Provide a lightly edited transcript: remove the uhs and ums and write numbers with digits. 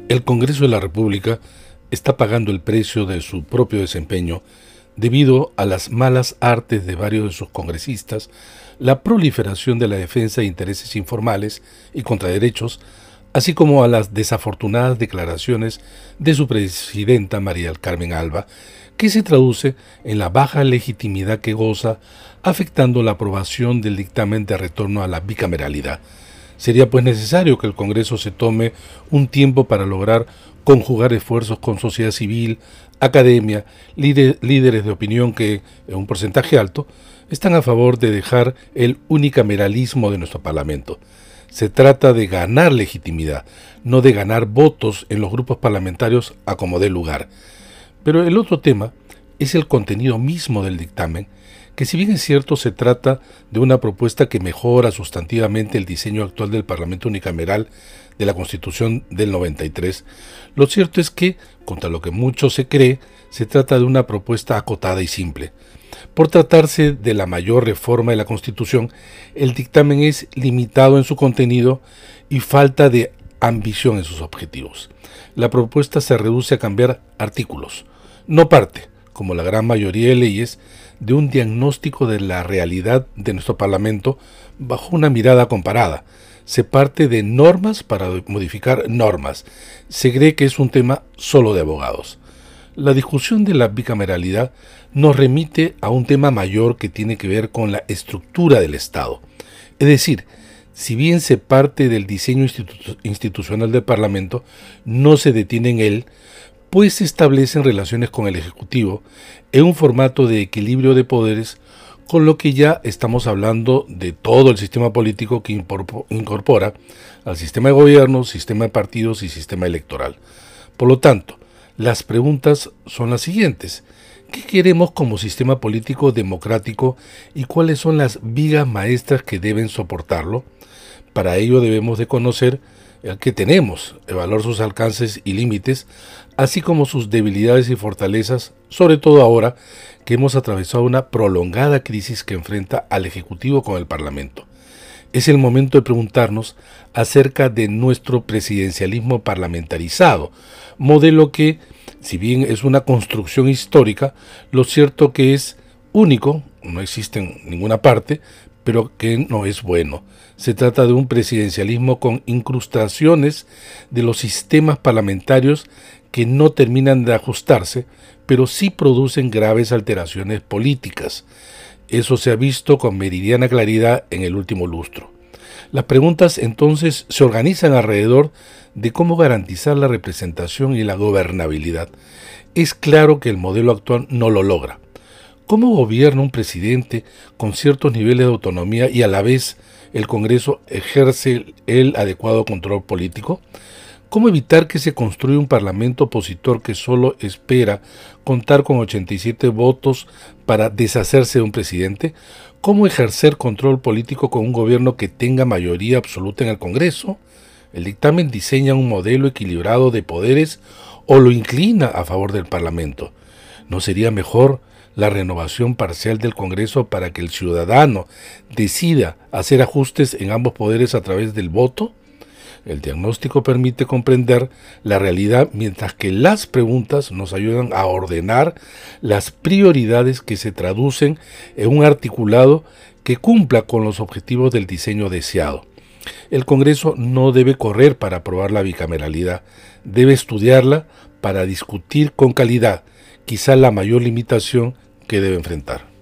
El Congreso de la República está pagando el precio de su propio desempeño debido a las malas artes de varios de sus congresistas, la proliferación de la defensa de intereses informales y contraderechos, así como a las desafortunadas declaraciones de su presidenta María del Carmen Alba, que se traduce en la baja legitimidad que goza, afectando la aprobación del dictamen de retorno a la bicameralidad. Sería pues necesario que el Congreso se tome un tiempo para lograr conjugar esfuerzos con sociedad civil, academia, líderes de opinión que, en un porcentaje alto, están a favor de dejar el unicameralismo de nuestro Parlamento. Se trata de ganar legitimidad, no de ganar votos en los grupos parlamentarios a como dé lugar. Pero el otro tema es el contenido mismo del dictamen, que si bien es cierto se trata de una propuesta que mejora sustantivamente el diseño actual del Parlamento unicameral de la Constitución del 93, lo cierto es que, contra lo que mucho se cree, se trata de una propuesta acotada y simple. Por tratarse de la mayor reforma de la Constitución, el dictamen es limitado en su contenido y falta de ambición en sus objetivos. La propuesta se reduce a cambiar artículos, no parte, como la gran mayoría de leyes, de un diagnóstico de la realidad de nuestro Parlamento bajo una mirada comparada. Se parte de normas para modificar normas. Se cree que es un tema solo de abogados. La discusión de la bicameralidad nos remite a un tema mayor que tiene que ver con la estructura del Estado. Es decir, si bien se parte del diseño institucional del Parlamento, no se detiene en él, pues se establecen relaciones con el Ejecutivo en un formato de equilibrio de poderes, con lo que ya estamos hablando de todo el sistema político que incorpora al sistema de gobierno, sistema de partidos y sistema electoral. Por lo tanto, las preguntas son las siguientes. ¿Qué queremos como sistema político democrático y cuáles son las vigas maestras que deben soportarlo? Para ello debemos de conocer el que tenemos, evaluar sus alcances y límites, así como sus debilidades y fortalezas, sobre todo ahora que hemos atravesado una prolongada crisis que enfrenta al Ejecutivo con el Parlamento. Es el momento de preguntarnos acerca de nuestro presidencialismo parlamentarizado, modelo que, si bien es una construcción histórica, lo cierto que es único, no existe en ninguna parte, pero que no es bueno. Se trata de un presidencialismo con incrustaciones de los sistemas parlamentarios que no terminan de ajustarse, pero sí producen graves alteraciones políticas. Eso se ha visto con meridiana claridad en el último lustro. Las preguntas entonces se organizan alrededor de cómo garantizar la representación y la gobernabilidad. Es claro que el modelo actual no lo logra. ¿Cómo gobierna un presidente con ciertos niveles de autonomía y a la vez el Congreso ejerce el adecuado control político? ¿Cómo evitar que se construya un parlamento opositor que solo espera contar con 87 votos para deshacerse de un presidente? ¿Cómo ejercer control político con un gobierno que tenga mayoría absoluta en el Congreso? El dictamen diseña un modelo equilibrado de poderes o lo inclina a favor del Parlamento. ¿No sería mejor la renovación parcial del Congreso para que el ciudadano decida hacer ajustes en ambos poderes a través del voto? El diagnóstico permite comprender la realidad, mientras que las preguntas nos ayudan a ordenar las prioridades que se traducen en un articulado que cumpla con los objetivos del diseño deseado. El Congreso no debe correr para aprobar la bicameralidad, debe estudiarla para discutir con calidad, quizá la mayor limitación que debe enfrentar.